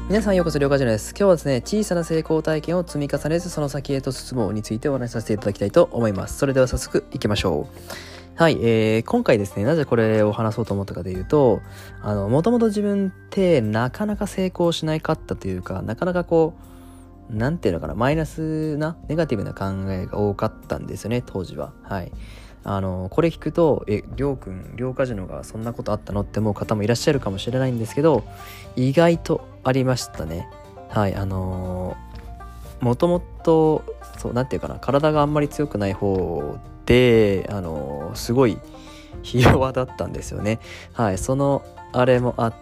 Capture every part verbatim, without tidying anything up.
皆さんようこそ、りょうかじゅんです。今日はですね、小さな成功体験を積み重ねずその先へと進もうについてお話しさせていただきたいと思います。それでは早速いきましょう。はい、えー、今回ですね、なぜこれを話そうと思ったかというと、あの、もともと自分ってなかなか成功しないかったというか、なかなかこう、なんていうのかな、マイナスな、ネガティブな考えが多かったんですよね、当時は。はい。あの、これ聞くと、え、りょうくん、りょうかじのがそんなことあったのって思う方もいらっしゃるかもしれないんですけど、意外とありましたね。はい、あのー、もともと、そう、なんていうかな、体があんまり強くない方で、あのー、すごい、ひ弱だったんですよね。はい、その、あれもあって、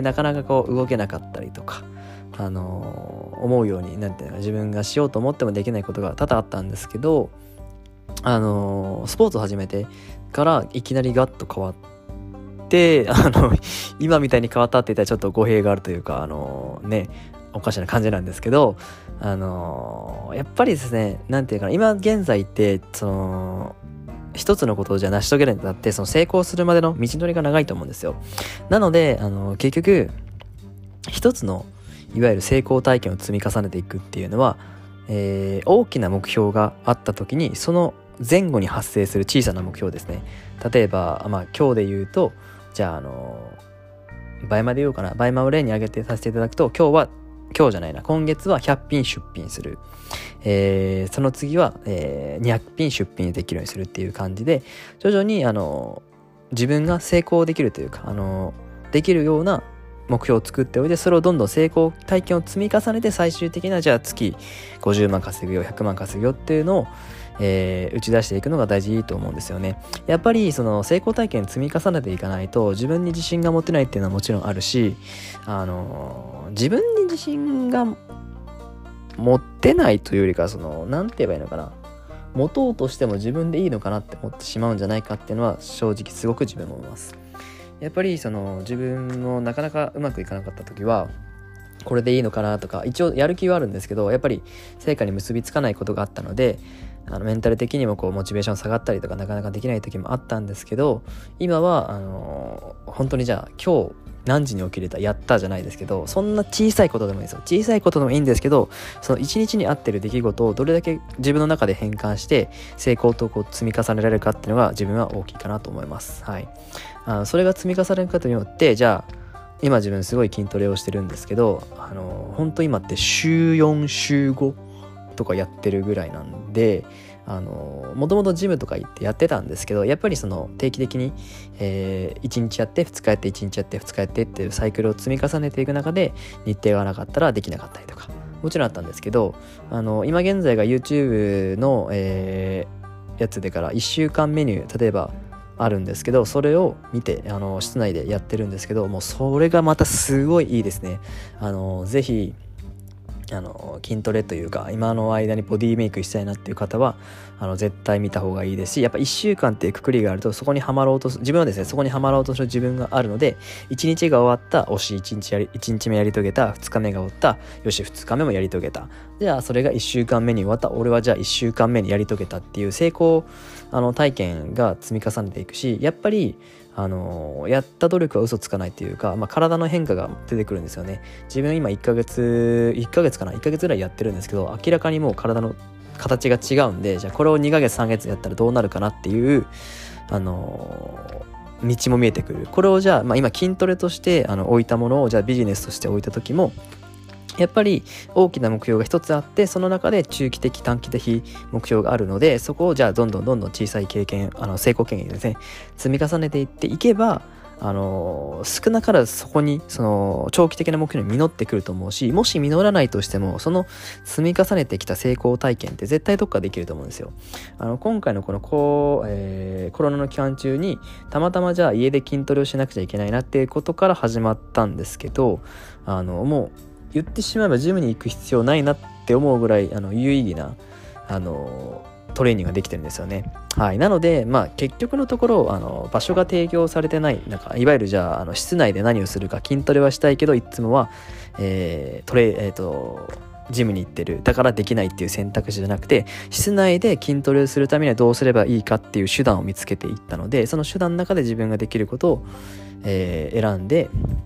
なかなかこう、動けなかったりとか、あのー、思うように、なんていうのか、自分がしようと思ってもできないことが多々あったんですけど、あのー、スポーツを始めてからいきなりガッと変わってあの今みたいに変わったって言ったらちょっと語弊があるというか、あのー、ねおかしな感じなんですけど、あのー、やっぱりですね、なんていうかな、今現在ってその一つのことをじゃ成し遂げるにあたってその成功するまでの道のりが長いと思うんですよ。なので、あのー、結局一つのいわゆる成功体験を積み重ねていくっていうのは、えー、大きな目標があった時にその前後に発生する小さな目標ですね。例えば、まあ、今日で言うと、じゃあ、あの倍まで言おうかな。倍間を例に挙げてさせていただくと、今日は、今日じゃないな、今月はひゃっぴん出品する。えー、その次は、えー、にひゃくぴん出品できるようにするっていう感じで、徐々に、あの自分が成功できるというか、あのできるような目標を作っておいて、それをどんどん成功体験を積み重ねて、最終的なじゃあ月ごじゅうまん稼ぐよ、ひゃくまん稼ぐよっていうのを、えー、打ち出していくのが大事と思うんですよね。やっぱりその成功体験積み重ねていかないと自分に自信が持てないっていうのはもちろんあるし、あのー、自分に自信が持ってないというよりか、そのなんて言えばいいのかな、持とうとしても自分でいいのかなって思ってしまうんじゃないかっていうのは正直すごく自分も思います。やっぱりその自分のなかなかうまくいかなかった時は、これでいいのかなとか、一応やる気はあるんですけど、やっぱり成果に結びつかないことがあったので、あのメンタル的にもこうモチベーション下がったりとか、なかなかできない時もあったんですけど、今はあのー、本当にじゃあ今日何時に起きれた、やったじゃないですけど、そんな小さいことでもいいですよ。小さいことでもいいんですけど、その一日に合ってる出来事をどれだけ自分の中で変換して成功とこう積み重ねられるかっていうのが自分は大きいかなと思います。はい。あのそれが積み重ねることによって、じゃあ今自分すごい筋トレをしてるんですけど、あの本当今って週よん、週ごとかやってるぐらいなんで、あのもともとジムとか行ってやってたんですけど、やっぱりその定期的に、えー、いちにちやってふつかやっていちにちやってふつかやってっていうサイクルを積み重ねていく中で、日程がなかったらできなかったりとかもちろんあったんですけど、あの今現在が YouTube の、えー、やつでからいっしゅうかんメニュー例えばあるんですけど、それを見てあの室内でやってるんですけど、もうそれがまたすごいいいですね。あのぜひあの筋トレというか今の間にボディメイクしたいなっていう方はあの絶対見た方がいいですし、やっぱいっしゅうかんっていうくくりがあると、そこにはまろうと自分はですねそこにはまろうとする自分があるので、いちにちが終わった、推しいちにちやりいちにちめやり遂げた、ふつかめが終わった、よしふつかめもやり遂げた、じゃあそれがいっしゅうかんめに終わった、俺はじゃあいっしゅうかんめにやり遂げたっていう成功あの体験が積み重ねていくし、やっぱりあのやった努力は嘘つかないっていうか、まあ、体の変化が出てくるんですよね。自分今いっかげついっかげつかないっかげつぐらいやってるんですけど、明らかにもう体の形が違うんで、じゃあこれをにかげつさんかげつやったらどうなるかなっていうあの道も見えてくる。これをじゃあ、まあ、今筋トレとしてあの置いたものをじゃあビジネスとして置いた時も、やっぱり大きな目標が一つあって、その中で中期的短期的目標があるので、そこをじゃあどんどんどんどん小さい経験、あの成功経験ですね、積み重ねていっていけば、あの少なからずそこにその長期的な目標に実ってくると思うし、もし実らないとしてもその積み重ねてきた成功体験って絶対どっかできると思うんですよ。あの今回のこのこう、えー、コロナの期間中にたまたまじゃあ家で筋トレをしなくちゃいけないなっていうことから始まったんですけど、あのもう言ってしまえばジムに行く必要ないなって思うぐらいあの有意義なあのトレーニングができてるんですよね。はい。なので、まあ結局のところあの場所が提供されてない、なんかいわゆるじゃあ、あの室内で何をするか、筋トレはしたいけどいつもは、えー、トレえっとジムに行ってる、だからできないっていう選択肢じゃなくて、室内で筋トレをするためにはどうすればいいかっていう手段を見つけていったので、その手段の中で自分ができることを、えー、選んで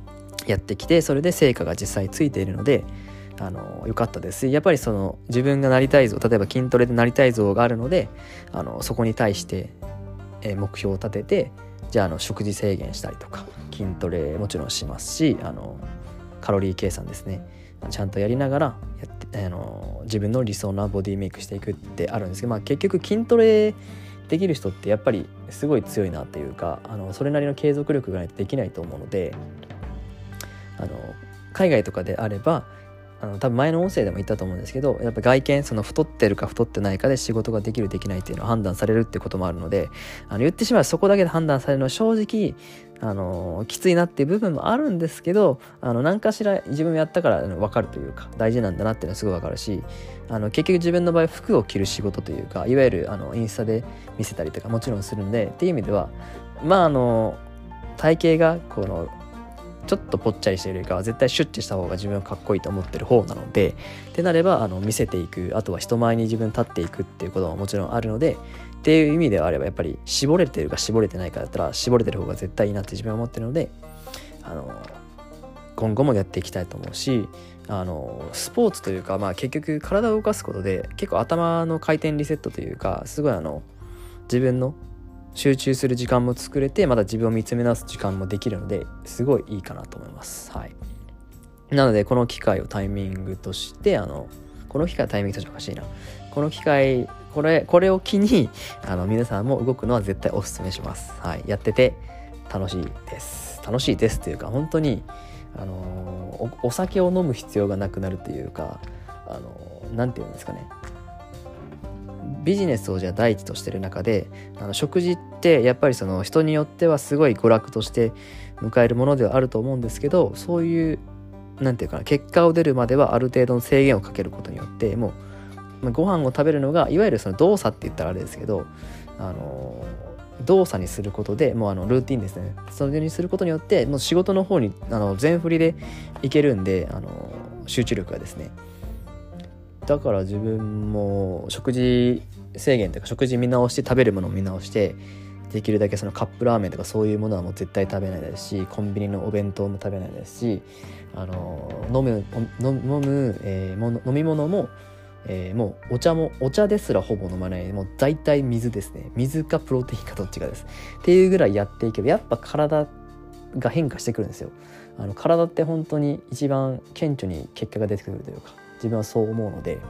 やってきて、それで成果が実際ついているので、あの良かったですし、やっぱりその自分がなりたい像、例えば筋トレでなりたい像があるので、あのそこに対して目標を立てて、じゃあ、あの食事制限したりとか、筋トレもちろんしますし、あのカロリー計算ですね、ちゃんとやりながらやってあの自分の理想なボディメイクしていくってあるんですけど、まあ、結局筋トレできる人ってやっぱりすごい強いなっていうか、あのそれなりの継続力がないとできないと思うので、あの海外とかであれば、あの多分前の音声でも言ったと思うんですけど、やっぱ外見、その太ってるか太ってないかで仕事ができるできないっていうのを判断されるってこともあるので、あの言ってしまえばそこだけで判断されるのは正直あのきついなっていう部分もあるんですけど、あの何かしら自分もやったから分かるというか、大事なんだなっていうのはすごい分かるし、あの結局自分の場合服を着る仕事というか、いわゆるあのインスタで見せたりとかもちろんするんで、っていう意味ではまああの体型がこのちょっとぽっちゃりしているよりかは絶対シュッてした方が自分はかっこいいと思ってる方なので、ってなればあの見せていく、あとは人前に自分立っていくっていうことももちろんあるので、っていう意味ではあればやっぱり絞れてるか絞れてないかだったら絞れてる方が絶対いいなって自分は思ってるので、あの今後もやっていきたいと思うし、あのスポーツというか、まあ結局体を動かすことで結構頭の回転リセットというか、すごいあの自分の集中する時間も作れて、また自分を見つめ直す時間もできるので、すごいいいかなと思います。はい。なのでこの機会をタイミングとして、あのこの機会タイミングとしておかしいな。この機会これこれを機にあの皆さんも動くのは絶対お勧めします。はい。やってて楽しいです。楽しいですというか、本当にあのお、お酒を飲む必要がなくなるというか、あのなんていうんですかね。ビジネスをじゃあ第一としてる中で、あの食事ってやっぱりその人によってはすごい娯楽として迎えるものではあると思うんですけど、そういうなんていうかな、結果を出るまではある程度の制限をかけることによって、もうご飯を食べるのがいわゆるその動作って言ったらあれですけど、あの動作にすることで、もうあのルーティンですね、それにすることによってもう仕事の方にあの全振りでいけるんで、あの集中力がですね、だから自分も食事制限というか食事見直して、食べるものを見直して、できるだけそのカップラーメンとかそういうものはもう絶対食べないですし、コンビニのお弁当も食べないですし、あの飲む飲む、えー、もの飲み物も、えー、もうお茶もお茶ですらほぼ飲まない、もう大体水ですね。水かプロテインかどっちかですっていうぐらいやっていけば、やっぱ体が変化してくるんですよ。あの体って本当に一番顕著に結果が出てくるというか、自分はそう思うので、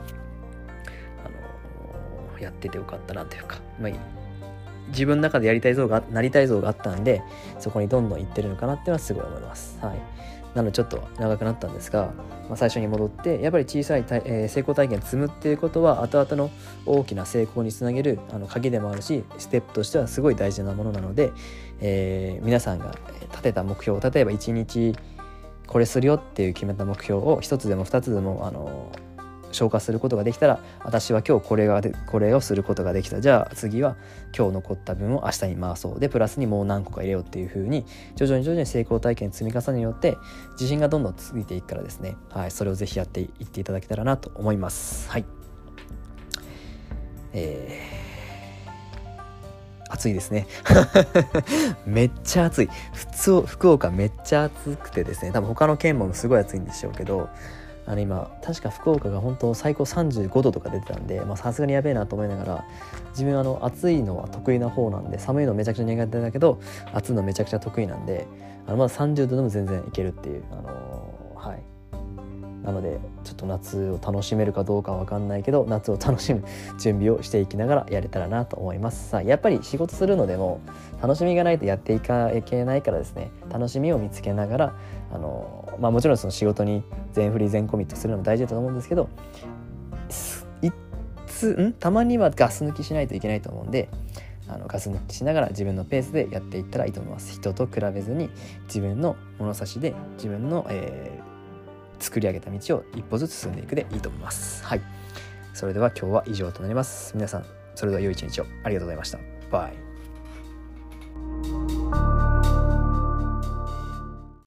あのやっててよかったなというか、まあ、自分の中でやりたい像がなりたい像があったんで、そこにどんどん行ってるのかなっていうのはすごい思います。はい。なのでちょっと長くなったんですが、まあ、最初に戻って、やっぱり小さい、えー、成功体験を積むっていうことは後々の大きな成功につなげるあの鍵でもあるし、ステップとしてはすごい大事なものなので、えー、皆さんが立てた目標、例えばいちにちこれするよっていう決めた目標を一つでも二つでもあの消化することができたら、私は今日これがでこれをすることができた、じゃあ次は今日残った分を明日に回そうで、プラスにもう何個か入れようっていう風に徐々に徐々に成功体験積み重ねによって自信がどんどんついていくからですね、はい、それをぜひやっていっていただけたらなと思います。はい。えー、暑いですねめっちゃ暑い。普通福岡めっちゃ暑くてですね、多分他の県もすごい暑いんでしょうけど、あの今確か福岡が本当最高さんじゅうごどとか出てたんで、さすがにやべえなと思いながら、自分あの暑いのは得意な方なんで、寒いのめちゃくちゃ苦手だけど暑いのめちゃくちゃ得意なんで、あのまださんじゅうどでも全然いけるっていう、あのー、はい。なのでちょっと夏を楽しめるかどうかは分かんないけど、夏を楽しむ準備をしていきながらやれたらなと思います。さあやっぱり仕事するのでも楽しみがないとやっていかいけないからですね、楽しみを見つけながら、あのまあもちろんその仕事に全振り全コミットするのも大事だと思うんですけど、いつんたまにはガス抜きしないといけないと思うんで、あのガス抜きしながら自分のペースでやっていったらいいと思います。人と比べずに自分の物差しで自分の、えー作り上げた道を一歩ずつ進んでいくでいいと思います。はい。それでは今日は以上となります。皆さん、それでは良い一日を。ありがとうございました。バイ。